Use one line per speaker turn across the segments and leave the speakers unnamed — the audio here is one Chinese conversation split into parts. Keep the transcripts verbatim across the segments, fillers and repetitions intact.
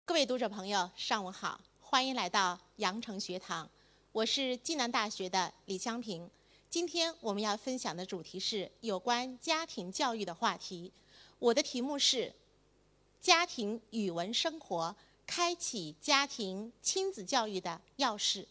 各位读者朋友，上午好，欢迎来到羊城学堂，我是暨南大学的李香平。今天我们要分享的主题是有关家庭教育的话题。我的题目是家庭语文生活，开启家庭亲子教育的钥匙。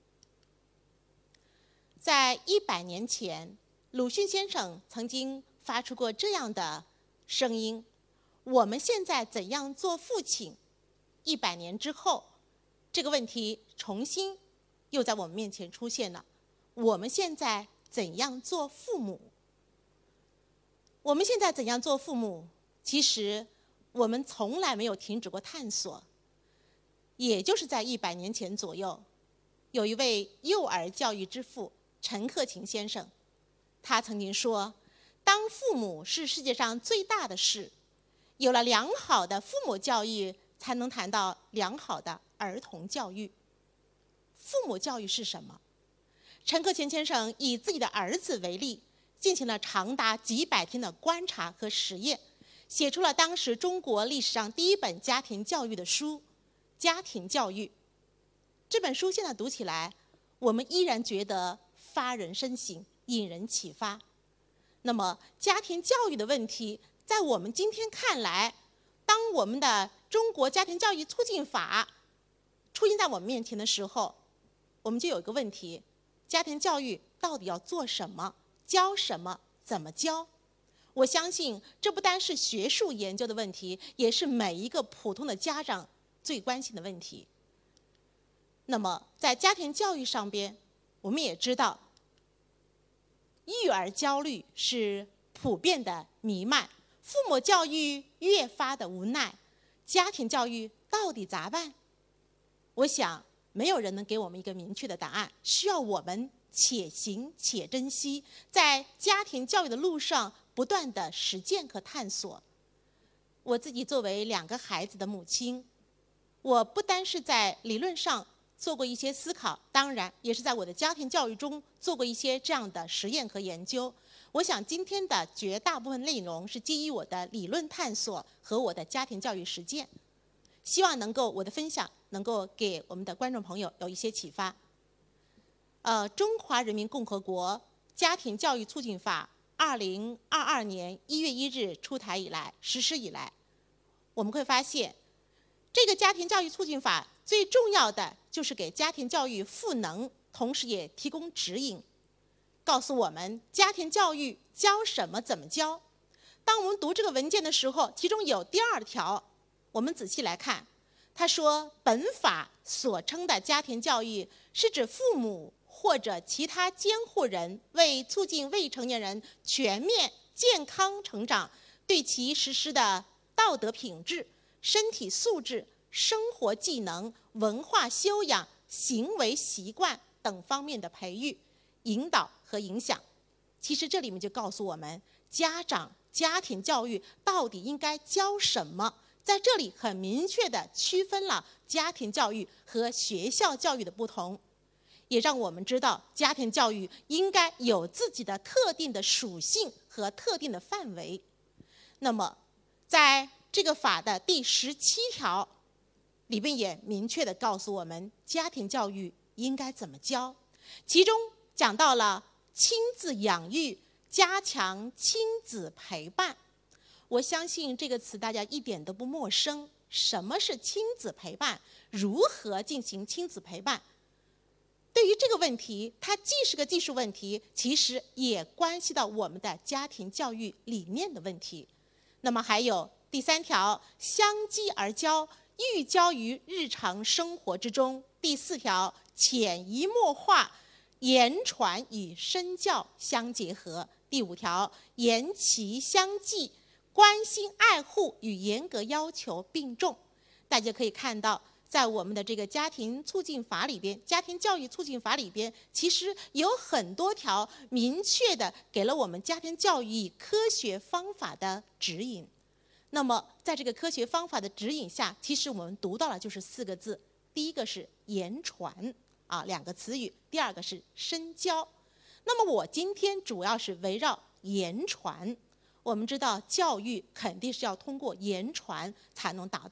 在一百年前，鲁迅先生曾经发出过这样的声音：我们现在怎样做父亲？一百年之后，这个问题重新又在我们面前出现了。我们现在怎样做父母？我们现在怎样做父母？其实我们从来没有停止过探索。也就是在一百年前左右，有一位幼儿教育之父陈克勤先生，他曾经说：当父母是世界上最大的事，有了良好的父母教育，才能谈到良好的儿童教育。父母教育是什么？陈克勤先生以自己的儿子为例，进行了长达几百天的观察和实验，写出了当时中国历史上第一本家庭教育的书《家庭教育》。这本书现在读起来，我们依然觉得发人深省，引人启发。那么，家庭教育的问题，在我们今天看来，当我们的中国家庭教育促进法出现在我们面前的时候，我们就有一个问题：家庭教育到底要做什么？教什么？怎么教？我相信这不单是学术研究的问题，也是每一个普通的家长最关心的问题。那么在家庭教育上边，我们也知道育儿焦虑是普遍的弥漫，父母教育越发的无奈，家庭教育到底咋办？我想没有人能给我们一个明确的答案，需要我们且行且珍惜，在家庭教育的路上不断的实践和探索。我自己作为两个孩子的母亲，我不单是在理论上做过一些思考，当然也是在我的家庭教育中做过一些这样的实验和研究。我想今天的绝大部分内容是基于我的理论探索和我的家庭教育实践，希望能够我的分享能够给我们的观众朋友有一些启发。呃，中华人民共和国家庭教育促进法二零二二年一月一日出台以来，实施以来，我们会发现，这个家庭教育促进法最重要的就是给家庭教育赋能，同时也提供指引，告诉我们家庭教育教什么、怎么教。当我们读这个文件的时候，其中有第二条，我们仔细来看，他说本法所称的家庭教育是指父母或者其他监护人为促进未成年人全面健康成长，对其实施的道德品质、身体素质、生活技能、文化修养、行为习惯等方面的培育、引导和影响。其实这里面就告诉我们，家长家庭教育到底应该教什么，在这里很明确地区分了家庭教育和学校教育的不同，也让我们知道家庭教育应该有自己的特定的属性和特定的范围。那么在这个法的第十七条里边也明确地告诉我们家庭教育应该怎么教，其中讲到了亲子养育，加强亲子陪伴。我相信这个词大家一点都不陌生。什么是亲子陪伴？如何进行亲子陪伴？对于这个问题，它既是个技术问题，其实也关系到我们的家庭教育理念的问题。那么还有第三条，相机而教，寓教于日常生活之中。第四条，潜移默化，言传与身教相结合。第五条，言齐相继，关心爱护与严格要求并重。大家可以看到，在我们的这个家庭促进法里边，家庭教育促进法里边，其实有很多条明确的给了我们家庭教育以科学方法的指引。那么在这个科学方法的指引下，其实我们读到了就是四个字，第一个是言传啊，两个词语，第二个是身教。那么我今天主要是围绕言传。我们知道教育肯定是要通过言传才能达到。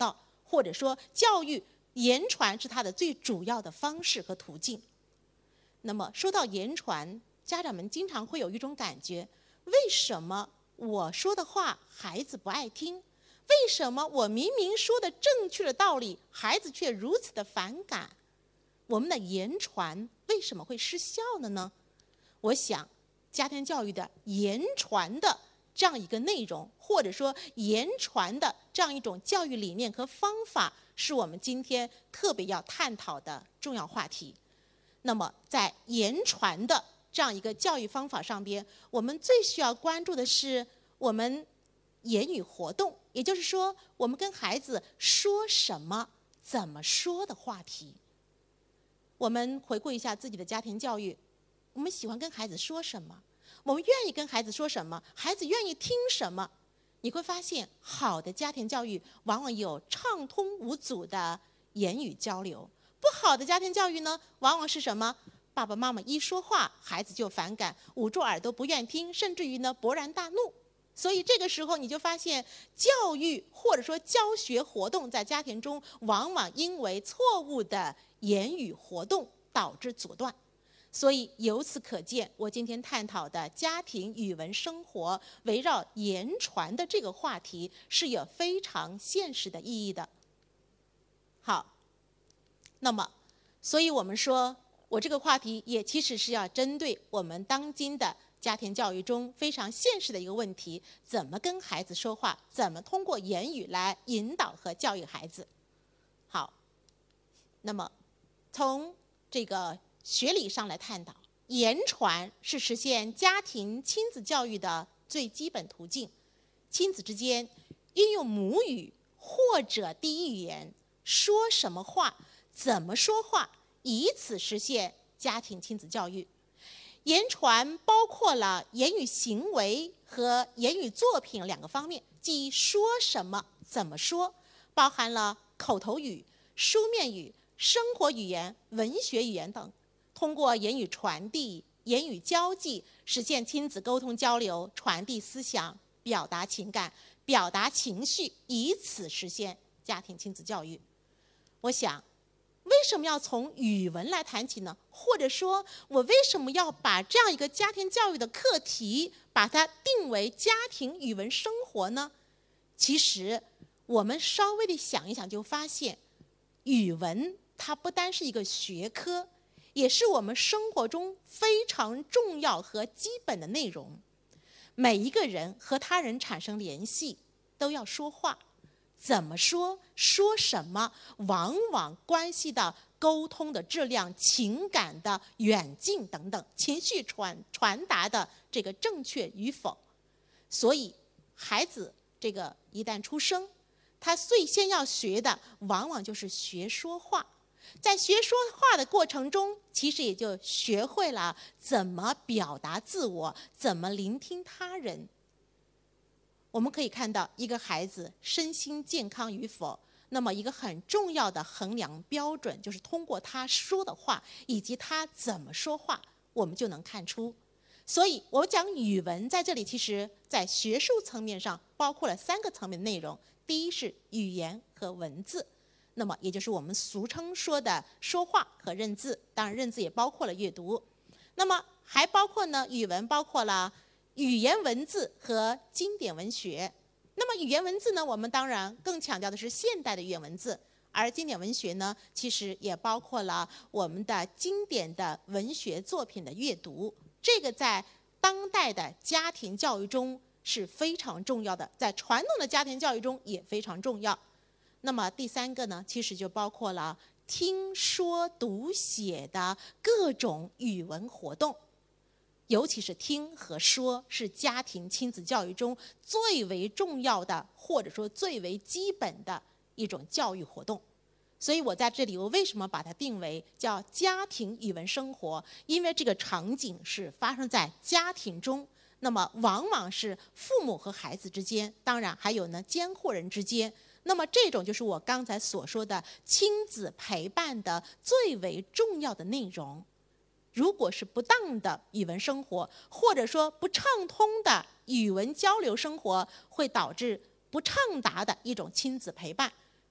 或者说教育言传是它的最主要的方式和途径。那么说到言传，家长们经常会有一种感觉，为什么我说的话孩子不爱听？为什么我明明说的正确的道理，孩子却如此的反感？我们的言传为什么会失效了呢？我想家庭教育的言传的这样一个内容，或者说言传的这样一种教育理念和方法，是我们今天特别要探讨的重要话题。那么在言传的这样一个教育方法上边，我们最需要关注的是我们言语活动，也就是说我们跟孩子说什么、怎么说的话题。我们回顾一下自己的家庭教育，我们喜欢跟孩子说什么？我们愿意跟孩子说什么？孩子愿意听什么？你会发现，好的家庭教育往往有畅通无阻的言语交流。不好的家庭教育呢，往往是什么？爸爸妈妈一说话，孩子就反感，捂住耳朵不愿听，甚至于呢勃然大怒。所以这个时候你就发现，教育或者说教学活动在家庭中，往往因为错误的言语活动导致阻断。所以由此可见，我今天探讨的家庭语文生活，围绕言传的这个话题，是有非常现实的意义的。好，那么，所以我们说，我这个话题也其实是要针对我们当今的家庭教育中非常现实的一个问题：怎么跟孩子说话？怎么通过言语来引导和教育孩子？好，那么从这个学理上来探讨，言传是实现家庭亲子教育的最基本途径。亲子之间运用母语或者第一语言说什么话，怎么说话，以此实现家庭亲子教育。言传包括了言语行为和言语作品两个方面，即说什么、怎么说，包含了口头语、书面语、生活语言、文学语言等。通过言语传递、言语交际，实现亲子沟通交流，传递思想，表达情感，表达情绪，以此实现家庭亲子教育。我想，为什么要从语文来谈起呢？或者说，我为什么要把这样一个家庭教育的课题，把它定为家庭语文生活呢？其实，我们稍微的想一想，就发现，语文它不单是一个学科，也是我们生活中非常重要和基本的内容。每一个人和他人产生联系，都要说话。怎么说、说什么，往往关系到沟通的质量、情感的远近等等，情绪传传达的这个正确与否。所以，孩子这个一旦出生，他最先要学的，往往就是学说话。在学说话的过程中，其实也就学会了怎么表达自我，怎么聆听他人。我们可以看到，一个孩子身心健康与否，那么一个很重要的衡量标准，就是通过他说的话以及他怎么说话，我们就能看出。所以我讲语文在这里，其实在学术层面上包括了三个层面的内容。第一是语言和文字，那么也就是我们俗称说的说话和认字，当然认字也包括了阅读。那么还包括呢，语文包括了语言文字和经典文学。那么语言文字呢，我们当然更强调的是现代的语言文字，而经典文学呢，其实也包括了我们的经典的文学作品的阅读。这个在当代的家庭教育中是非常重要的，在传统的家庭教育中也非常重要。那么第三个呢，其实就包括了听说读写的各种语文活动。尤其是听和说，是家庭亲子教育中最为重要的，或者说最为基本的一种教育活动。所以我在这里，我为什么把它定为叫家庭语文生活？因为这个场景是发生在家庭中，那么往往是父母和孩子之间，当然还有呢监护人之间。那么这种就是我刚才所说的亲子陪伴的最为重要的内容。如果是不当的语文生活，或者说不畅通的语文交流生活，会导致不畅达的一种亲子陪伴，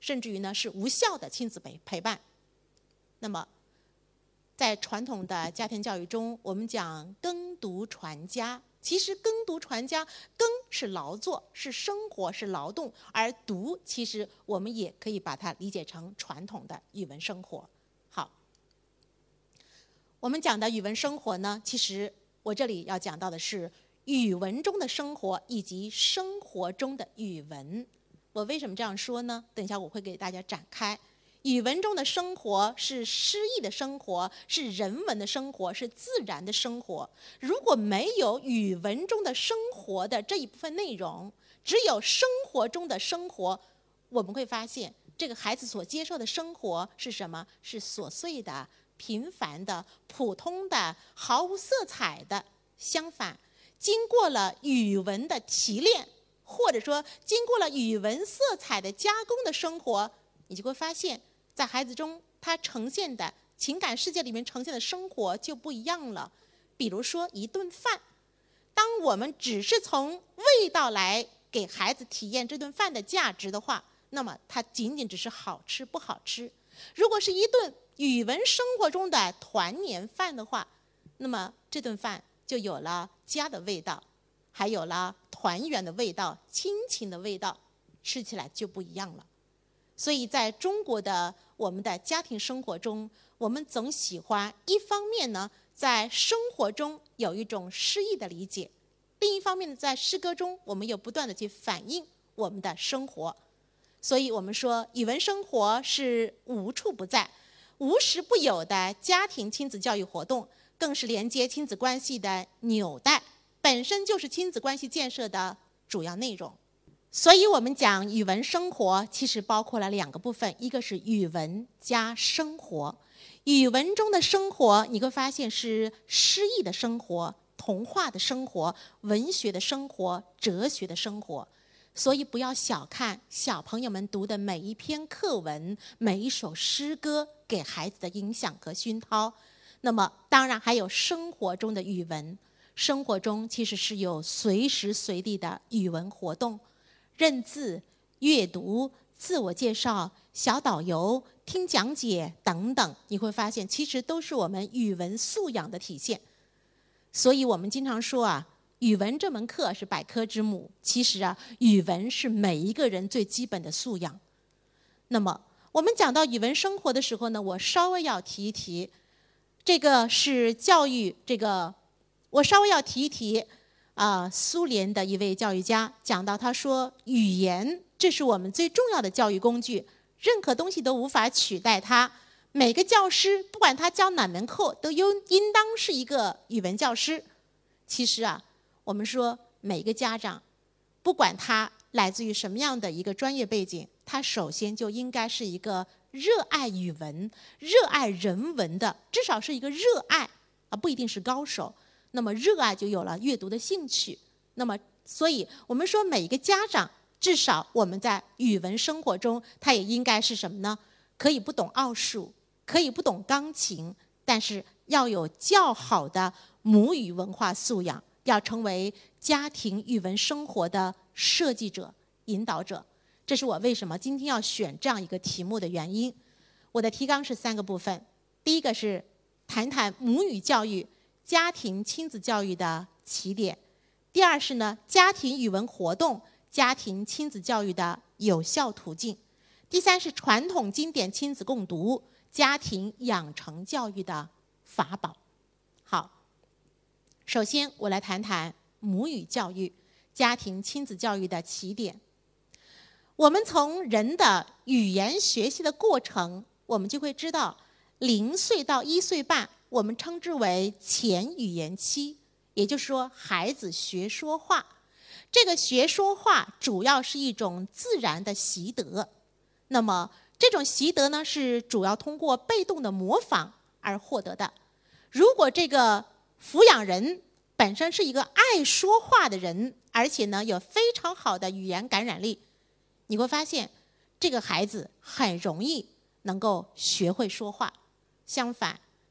甚至于呢是无效的亲子陪陪伴。那么在传统的家庭教育中，我们讲耕读传家，其实耕读传家，耕是劳作，是生活，是劳动，而读其实我们也可以把它理解成传统的语文生活。好，我们讲的语文生活呢，其实我这里要讲到的是语文中的生活以及生活中的语文。我为什么这样说呢？等一下我会给大家展开。语文中的生活是诗意的生活，是人文的生活，是自然的生活。如果没有语文中的生活的这一部分内容，只有生活中的生活，我们会发现这个孩子所接受的生活是什么？是琐碎的、平凡的、普通的、毫无色彩的。相反，经过了语文的提炼，或者说经过了语文色彩的加工的生活，你就会发现在孩子中他呈现的情感世界里面呈现的生活就不一样了。比如说一顿饭，当我们只是从味道来给孩子体验这顿饭的价值的话，那么它仅仅只是好吃不好吃。如果是一顿语文生活中的团年饭的话，那么这顿饭就有了家的味道，还有了团圆的味道、亲情的味道，吃起来就不一样了。所以在中国的我们的家庭生活中，我们总喜欢一方面呢，在生活中有一种诗意的理解，另一方面呢，在诗歌中我们又不断的去反映我们的生活。所以我们说语文生活是无处不在、无时不有的家庭亲子教育活动，更是连接亲子关系的纽带，本身就是亲子关系建设的主要内容。所以我们讲语文生活其实包括了两个部分，一个是语文加生活。语文中的生活你会发现是诗意的生活、童话的生活、文学的生活、哲学的生活。所以不要小看小朋友们读的每一篇课文、每一首诗歌给孩子的影响和熏陶。那么当然还有生活中的语文，生活中其实是有随时随地的语文活动，认字、阅读、自我介绍、小导游、听讲解等等，你会发现其实都是我们语文素养的体现。所以我们经常说啊，语文这门课是百科之母，其实啊，语文是每一个人最基本的素养。那么我们讲到语文生活的时候呢，我稍微要提一提，这个是教育这个，我稍微要提一提啊，苏联的一位教育家讲到，他说语言这是我们最重要的教育工具，任何东西都无法取代它。每个教师不管他教哪门课，都应应当是一个语文教师。其实啊，我们说每个家长不管他来自于什么样的一个专业背景，他首先就应该是一个热爱语文、热爱人文的，至少是一个热爱啊，不一定是高手。那么热爱就有了阅读的兴趣。那么所以我们说每一个家长，至少我们在语文生活中，他也应该是什么呢？可以不懂奥数，可以不懂钢琴，但是要有较好的母语文化素养，要成为家庭语文生活的设计者、引导者。这是我为什么今天要选这样一个题目的原因。我的提纲是三个部分，第一个是谈谈母语教育、家庭亲子教育的起点；第二是呢，家庭语文活动、家庭亲子教育的有效途径；第三是传统经典亲子共读、家庭养成教育的法宝。好，首先我来谈谈母语教育、家庭亲子教育的起点。我们从人的语言学习的过程，我们就会知道，零岁到一岁半，我们称之为前语言期，也就是说，孩子学说话。这个学说话主要是一种自然的习得。那么，这种习得呢，是主要通过被动的模仿而获得的。如果这个抚养人本身是一个爱说话的人，而且呢有非常好的语言感染力，你会发现这个孩子很容易能够学会说话。相反，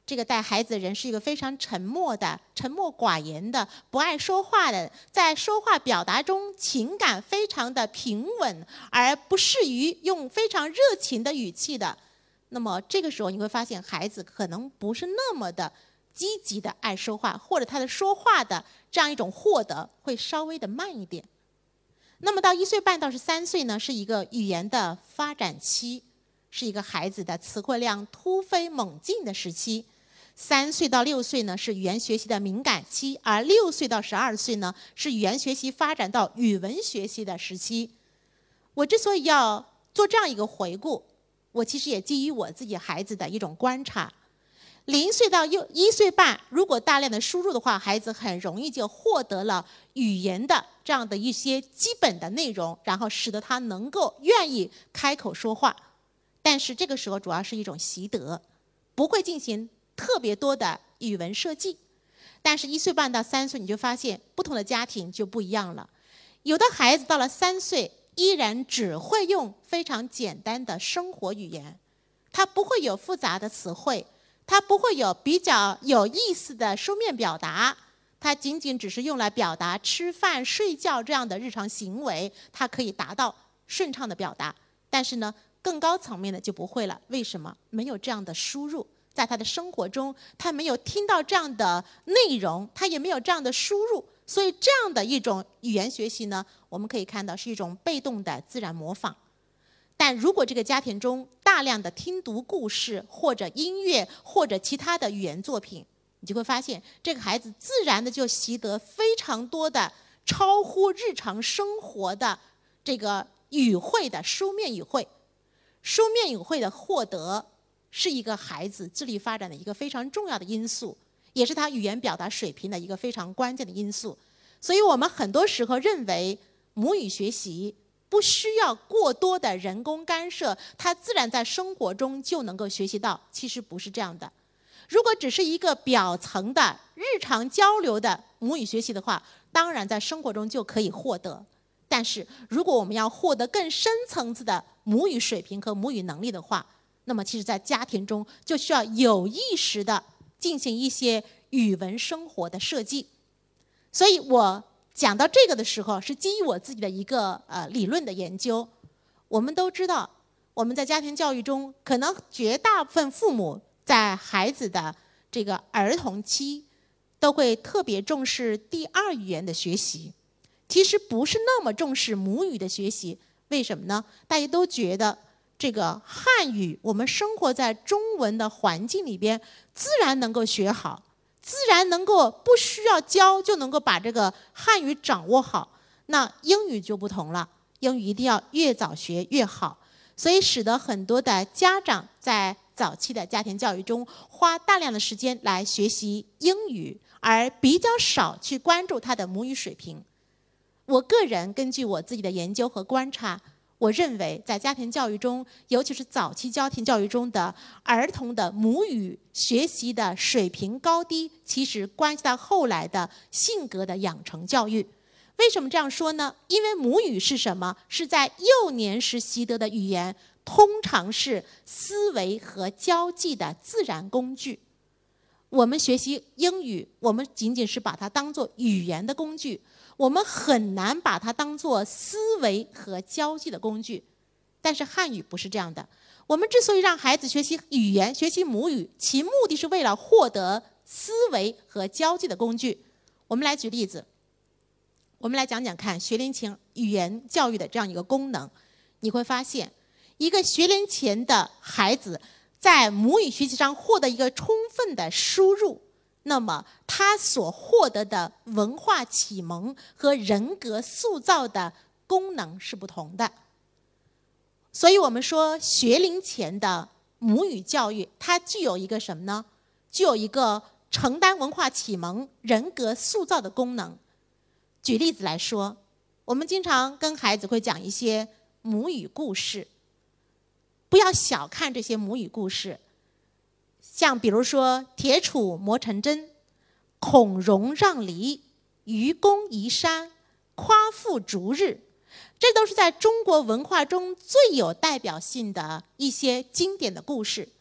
这个带孩子的人是一个非常沉默的、沉默寡言的、不爱说话的，在说话表达中情感非常的平稳，而不适于用非常热情的语气的。那么这个时候你会发现，孩子可能不是那么的积极的爱说话，或者他的说话的这样一种获得会稍微的慢一点。那么到一岁半到是三岁呢，是一个语言的发展期，是一个孩子的词汇量突飞猛进的时期。三岁到六岁呢是语言学习的敏感期，而六岁到十二岁呢是语言学习发展到语文学习的时期。我之所以要做这样一个回顾，我其实也基于我自己孩子的一种观察。零岁到一岁半，如果大量的输入的话，孩子很容易就获得了语言的这样的一些基本的内容，然后使得他能够愿意开口说话。但是这个时候主要是一种习得，不会进行特别多的语文设计。但是一岁半到三岁，你就发现不同的家庭就不一样了。有的孩子到了三岁，依然只会用非常简单的生活语言，他不会有复杂的词汇，他不会有比较有意思的书面表达，他仅仅只是用来表达吃饭、睡觉这样的日常行为，他可以达到顺畅的表达。但是呢，更高层面的就不会了。为什么？没有这样的输入。在他的生活中，他没有听到这样的内容，他也没有这样的输入，所以这样的一种语言学习呢，我们可以看到是一种被动的自然模仿。但如果这个家庭中大量的听读故事或者音乐或者其他的语言作品，你就会发现这个孩子自然的就习得非常多的超乎日常生活的这个语汇的书面语汇。书面语汇的获得是一个孩子智力发展的一个非常重要的因素，也是他语言表达水平的一个非常关键的因素。所以我们很多时候认为母语学习不需要过多的人工干涉，他自然在生活中就能够学习到，其实不是这样的。如果只是一个表层的日常交流的母语学习的话，当然在生活中就可以获得。但是如果我们要获得更深层次的母语水平和母语能力的话，那么其实在家庭中就需要有意识的进行一些语文生活的设计。所以我讲到这个的时候，是基于我自己的一个呃理论的研究。我们都知道，我们在家庭教育中，可能绝大部分父母在孩子的这个儿童期都会特别重视第二语言的学习，其实不是那么重视母语的学习。为什么呢？大家都觉得这个汉语，我们生活在中文的环境里边，自然能够学好，自然能够不需要教就能够把这个汉语掌握好。那英语就不同了，英语一定要越早学越好，所以使得很多的家长在早期的家庭教育中花大量的时间来学习英语，而比较少去关注他的母语水平。我个人根据我自己的研究和观察，我认为在家庭教育中，尤其是早期家庭教育中的儿童的母语学习的水平高低，其实关系到后来的性格的养成教育。为什么这样说呢？因为母语是什么？是在幼年时习得的语言，通常是思维和交际的自然工具。我们学习英语，我们仅仅是把它当作语言的工具，我们很难把它当作思维和交际的工具。但是汉语不是这样的。我们之所以让孩子学习语言、学习母语，其目的是为了获得思维和交际的工具。我们来举例子，我们来讲讲看学龄前语言教育的这样一个功能。你会发现，一个学龄前的孩子在母语学习上获得一个充分的输入，那么他所获得的文化启蒙和人格塑造的功能是不同的。所以我们说学龄前的母语教育，它具有一个什么呢？具有一个承担文化启蒙、人格塑造的功能。举例子来说，我们经常跟孩子会讲一些母语故事，不要小看这些母语故事，像比如说铁杵磨成针、孔融让梨、愚公移山、夸父逐日，这都是在中国文化中最有代表性的一些经典的故事。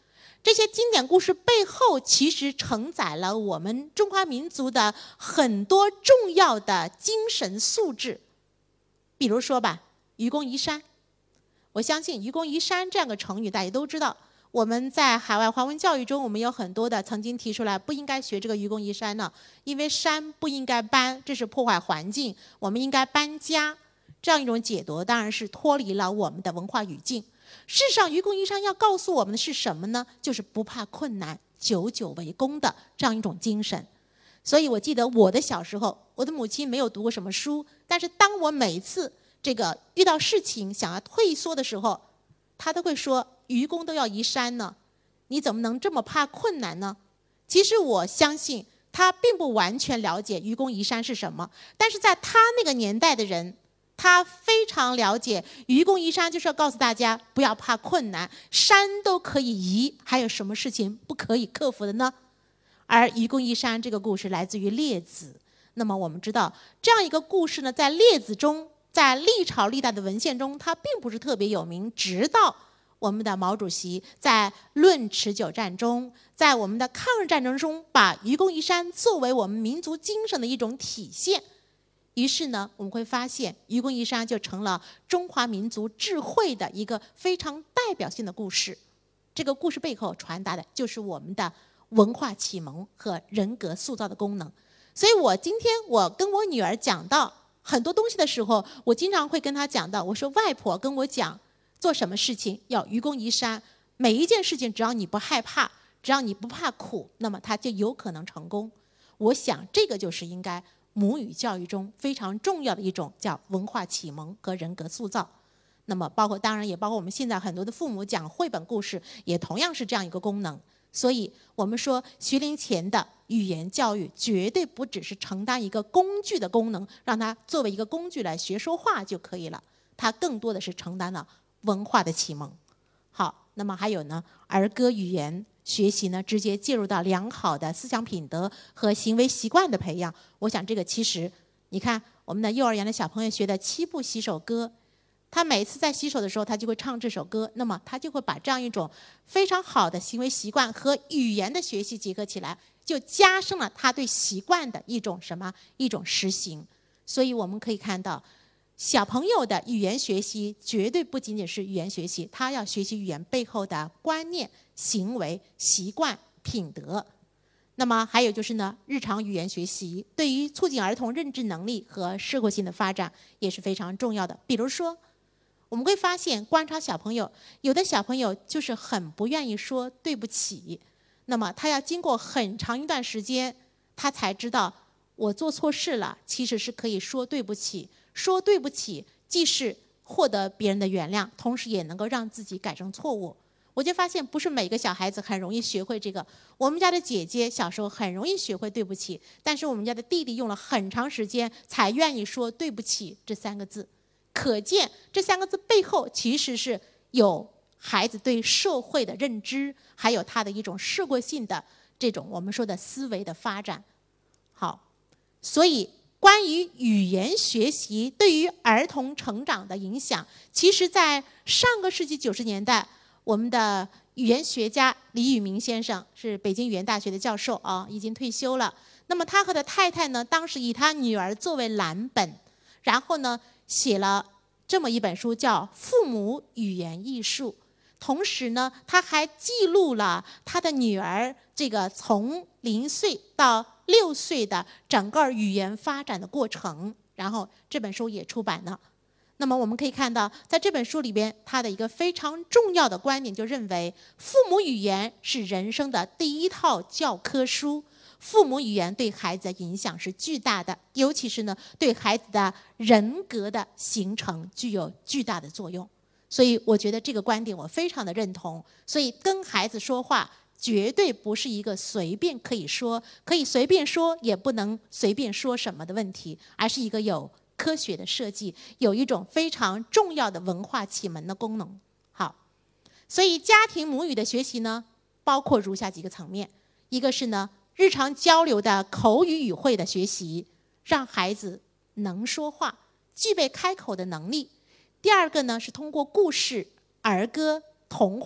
这些经典故事背后其实承载了我们中华民族的很多重要的精神素质。比如说吧，愚公移山。我相信愚公移山这样个成语大家都知道，我们在海外华文教育中，我们有很多的曾经提出来不应该学这个愚公移山呢，因为山不应该搬，这是破坏环境，我们应该搬家。这样一种解读当然是脱离了我们的文化语境。事实上，愚公移山要告诉我们的是什么呢？就是不怕困难，久久为功的这样一种精神。所以我记得我的小时候，我的母亲没有读过什么书，但是当我每次这个遇到事情想要退缩的时候，她都会说：愚公都要移山呢，你怎么能这么怕困难呢？其实我相信她并不完全了解愚公移山是什么，但是在她那个年代的人，他非常了解愚公移山就是要告诉大家不要怕困难，山都可以移，还有什么事情不可以克服的呢？而愚公移山这个故事来自于列子。那么我们知道这样一个故事呢，在列子中，在历朝历代的文献中，它并不是特别有名，直到我们的毛主席在论持久战中，在我们的抗日战争中，把愚公移山作为我们民族精神的一种体现。于是呢，我们会发现愚公移山就成了中华民族智慧的一个非常代表性的故事。这个故事背后传达的就是我们的文化启蒙和人格塑造的功能。所以我今天我跟我女儿讲到很多东西的时候，我经常会跟她讲到，我说外婆跟我讲做什么事情要愚公移山，每一件事情只要你不害怕，只要你不怕苦，那么它就有可能成功。我想这个就是应该母语教育中非常重要的一种叫文化启蒙和人格塑造。那么包括当然也包括我们现在很多的父母讲绘本故事，也同样是这样一个功能。所以我们说学龄前的语言教育绝对不只是承担一个工具的功能，让它作为一个工具来学说话就可以了，它更多的是承担了文化的启蒙。好，那么还有呢，儿歌语言学习呢，直接介入到良好的思想品德和行为习惯的培养。我想这个其实你看我们的幼儿园的小朋友学的七步洗手歌，他每次在洗手的时候他就会唱这首歌，那么他就会把这样一种非常好的行为习惯和语言的学习结合起来，就加深了他对习惯的一种什么一种实行。所以我们可以看到小朋友的语言学习绝对不仅仅是语言学习，他要学习语言背后的观念、行为、习惯、品德。那么还有就是呢，日常语言学习对于促进儿童认知能力和社会性的发展也是非常重要的。比如说我们会发现观察小朋友，有的小朋友就是很不愿意说对不起，那么他要经过很长一段时间他才知道我做错事了，其实是可以说对不起。说对不起既是获得别人的原谅，同时也能够让自己改正错误。我就发现不是每个小孩子很容易学会这个。我们家的姐姐小时候很容易学会对不起，但是我们家的弟弟用了很长时间才愿意说对不起这三个字。可见这三个字背后其实是有孩子对社会的认知，还有他的一种社会性的这种我们说的思维的发展。好，所以关于语言学习对于儿童成长的影响，其实在上个世纪九十年代，我们的语言学家李宇明先生是北京语言大学的教授啊，已经退休了。那么他和他太太呢，当时以他女儿作为蓝本，然后呢写了这么一本书叫《父母语言艺术》。同时呢，他还记录了他的女儿这个从零岁到六岁的整个语言发展的过程，然后这本书也出版了。那么我们可以看到，在这本书里边，他的一个非常重要的观点就认为，父母语言是人生的第一套教科书，父母语言对孩子的影响是巨大的，尤其是呢，对孩子的人格的形成具有巨大的作用。所以我觉得这个观点我非常的认同。所以跟孩子说话绝对不是一个随便可以说可以随便说也不能随便说什么的问题，而是一个有科学的设计，有一种非常重要的文化启蒙的功能。好，所以家庭母语的学习呢，包括如下几个层面。一个是呢，日常交流的口语语汇的学习，让孩子能说话，具备开口的能力。第二个呢，是通过故事、儿歌、童话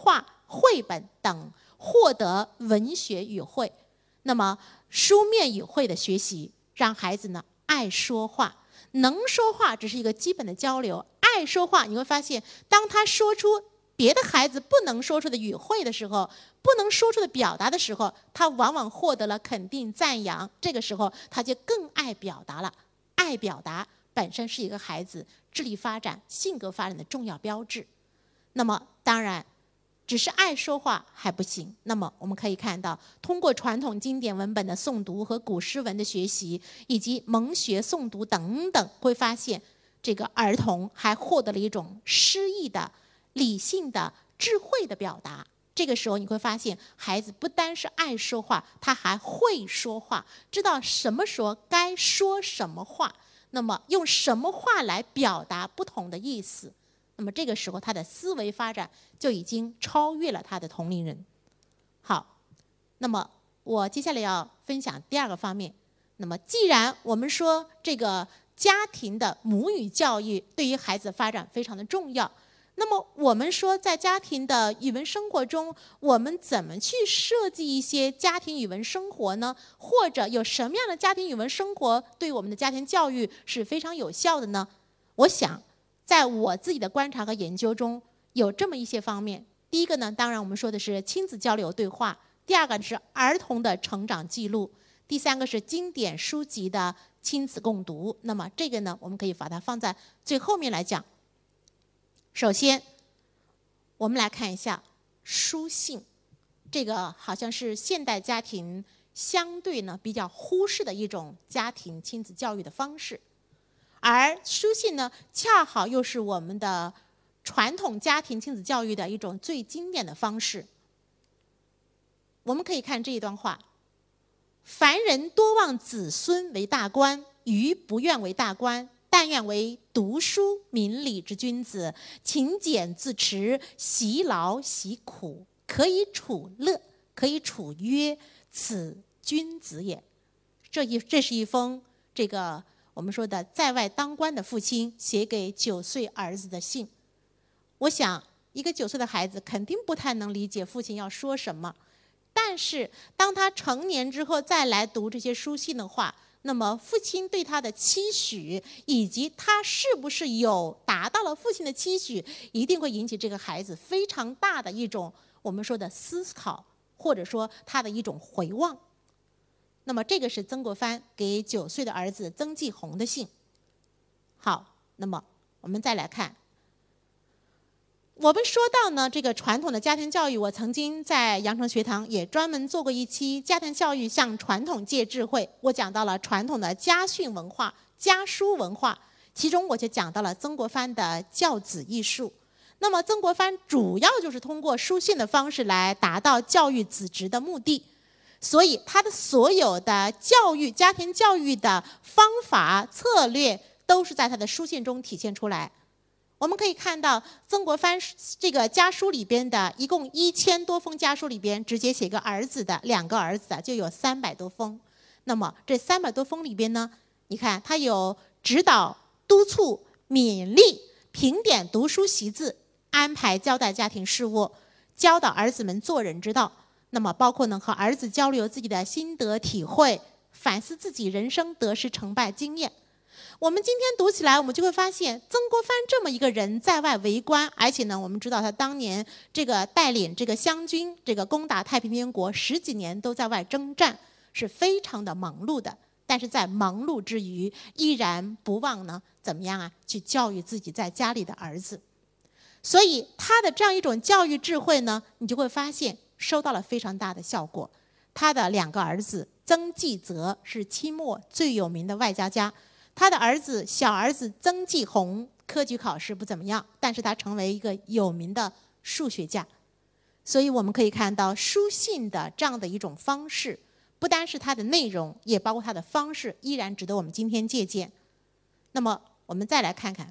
绘本等获得文学语汇。那么书面语汇的学习，让孩子呢爱说话。能说话只是一个基本的交流，爱说话，你会发现，当他说出别的孩子不能说出的语汇的时候，不能说出的表达的时候，他往往获得了肯定赞扬，这个时候他就更爱表达了。爱表达本身是一个孩子智力发展、性格发展的重要标志。那么当然只是爱说话还不行，那么我们可以看到，通过传统经典文本的诵读和古诗文的学习，以及蒙学诵读等等，会发现这个儿童还获得了一种诗意的、理性的、智慧的表达。这个时候你会发现，孩子不单是爱说话，他还会说话，知道什么时候该说什么话，那么用什么话来表达不同的意思。那么这个时候他的思维发展就已经超越了他的同龄人。好，那么我接下来要分享第二个方面。那么既然我们说这个家庭的母语教育对于孩子的发展非常的重要，那么我们说在家庭的语文生活中，我们怎么去设计一些家庭语文生活呢？或者有什么样的家庭语文生活对我们的家庭教育是非常有效的呢？我想在我自己的观察和研究中，有这么一些方面。第一个呢，当然我们说的是亲子交流对话；第二个是儿童的成长记录；第三个是经典书籍的亲子共读。那么这个呢，我们可以把它放在最后面来讲。首先，我们来看一下书信，这个好像是现代家庭相对呢比较忽视的一种家庭亲子教育的方式。而书信呢，恰好又是我们的传统家庭亲子教育的一种最经典的方式。我们可以看这一段话：凡人多望子孙为大官，余不愿为大官，但愿为读书明理之君子，勤俭自持，习劳习苦，可以处乐，可以处约，此君子也。这一这是一封这个我们说的在外当官的父亲写给九岁儿子的信。我想一个九岁的孩子肯定不太能理解父亲要说什么，但是当他成年之后再来读这些书信的话，那么父亲对他的期许，以及他是不是有达到了父亲的期许，一定会引起这个孩子非常大的一种我们说的思考，或者说他的一种回望。那么这个是曾国藩给九岁的儿子曾纪红的信。好，那么我们再来看，我们说到呢这个传统的家庭教育，我曾经在羊城学堂也专门做过一期家庭教育向传统借智慧，我讲到了传统的家训文化、家书文化，其中我就讲到了曾国藩的教子艺术。那么曾国藩主要就是通过书信的方式来达到教育子侄的目的，所以他的所有的教育、家庭教育的方法策略都是在他的书信中体现出来。我们可以看到曾国藩这个家书里边的一共一千多封家书里边，直接写个儿子的、两个儿子的就有三百多封。那么这三百多封里边呢，你看他有指导、督促、勉励、评点读书习字，安排交代家庭事务，教导儿子们做人之道。那么包括呢和儿子交流自己的心得体会，反思自己人生得失成败经验。我们今天读起来，我们就会发现曾国藩这么一个人在外为官，而且呢我们知道他当年这个带领这个湘军这个攻打太平天国十几年都在外征战，是非常的忙碌的。但是在忙碌之余，依然不忘呢怎么样啊去教育自己在家里的儿子。所以他的这样一种教育智慧呢，你就会发现收到了非常大的效果。他的两个儿子曾纪泽是清末最有名的外交家，他的儿子小儿子曾纪红科举考试不怎么样，但是他成为一个有名的数学家。所以我们可以看到书信的这样的一种方式，不单是它的内容，也包括它的方式，依然值得我们今天借鉴。那么我们再来看看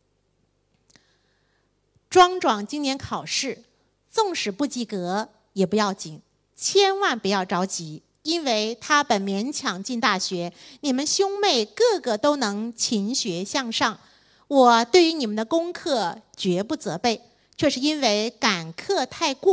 庄庄今年考试，纵使不及格也不要紧，千万不要着急，因为他本勉强进大学，你们兄妹个个都能勤学向上。我对于你们的功课绝不责备，却是因为赶课太过，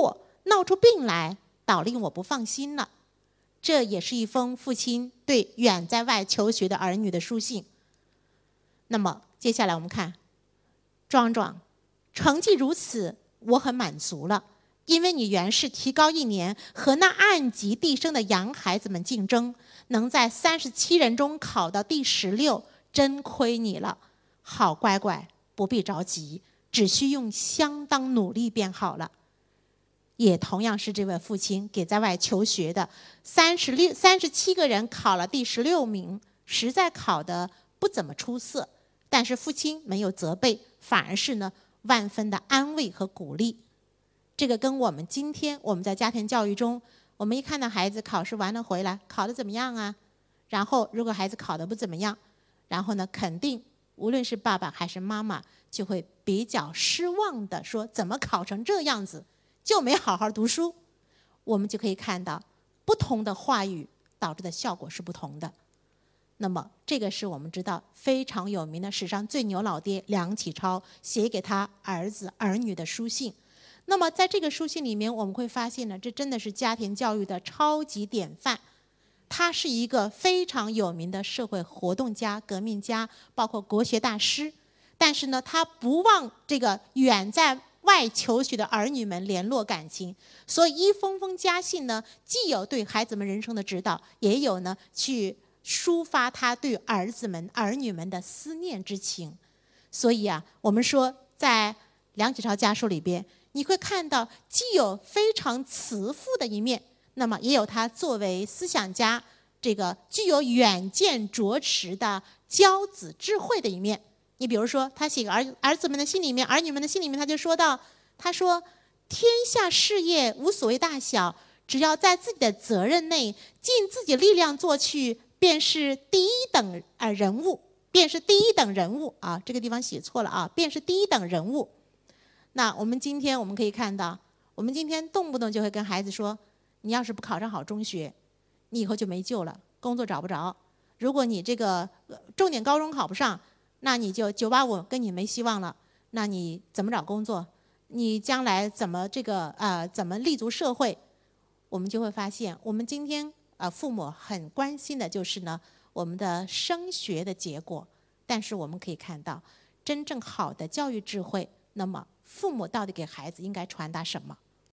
闹出病来，倒令我不放心了。这也是一封父亲对远在外求学的儿女的书信。那么接下来我们看，壮壮，成绩如此，我很满足了。因为你原是提高一年，和那按级递升的洋孩子们竞争，能在三十七人中考到第十六，真亏你了。好乖乖，不必着急，只需用相当努力便好了。也同样是这位父亲给在外求学的三十六、三十七个人考了第十六名，实在考得不怎么出色，但是父亲没有责备，反而是呢万分的安慰和鼓励。这个跟我们今天我们在家庭教育中，我们一看到孩子考试完了回来，考得怎么样啊？然后如果孩子考得不怎么样，然后呢，肯定无论是爸爸还是妈妈，就会比较失望的说，怎么考成这样子，就没好好读书。我们就可以看到，不同的话语导致的效果是不同的。那么这个是我们知道非常有名的史上最牛老爹梁启超写给他儿子儿女的书信。那么在这个书信里面，我们会发现呢，这真的是家庭教育的超级典范。他是一个非常有名的社会活动家、革命家，包括国学大师。但是呢，他不忘这个远在外求学的儿女们联络感情，所以一封封家信呢，既有对孩子们人生的指导，也有呢去抒发他对儿子们、儿女们的思念之情。所以啊，我们说在梁启超家书里边，你会看到既有非常慈父的一面，那么也有他作为思想家这个具有远见卓识的教子智慧的一面。你比如说他写给儿儿子们的信里面，儿女们的信里面，他就说到，他说天下事业无所谓大小，只要在自己的责任内尽自己力量做去，便是第一等呃人物，便是第一等人物啊，这个地方写错了啊，便是第一等人物。那我们今天我们可以看到，我们今天动不动就会跟孩子说，你要是不考上好中学，你以后就没救了，工作找不着。如果你这个重点高中考不上，那你就九八五跟你没希望了。那你怎么找工作？你将来怎么这个呃怎么立足社会？我们就会发现，我们今天呃父母很关心的就是呢我们的升学的结果。但是我们可以看到，真正好的教育智慧，那么父母到底给孩子应该传达什么？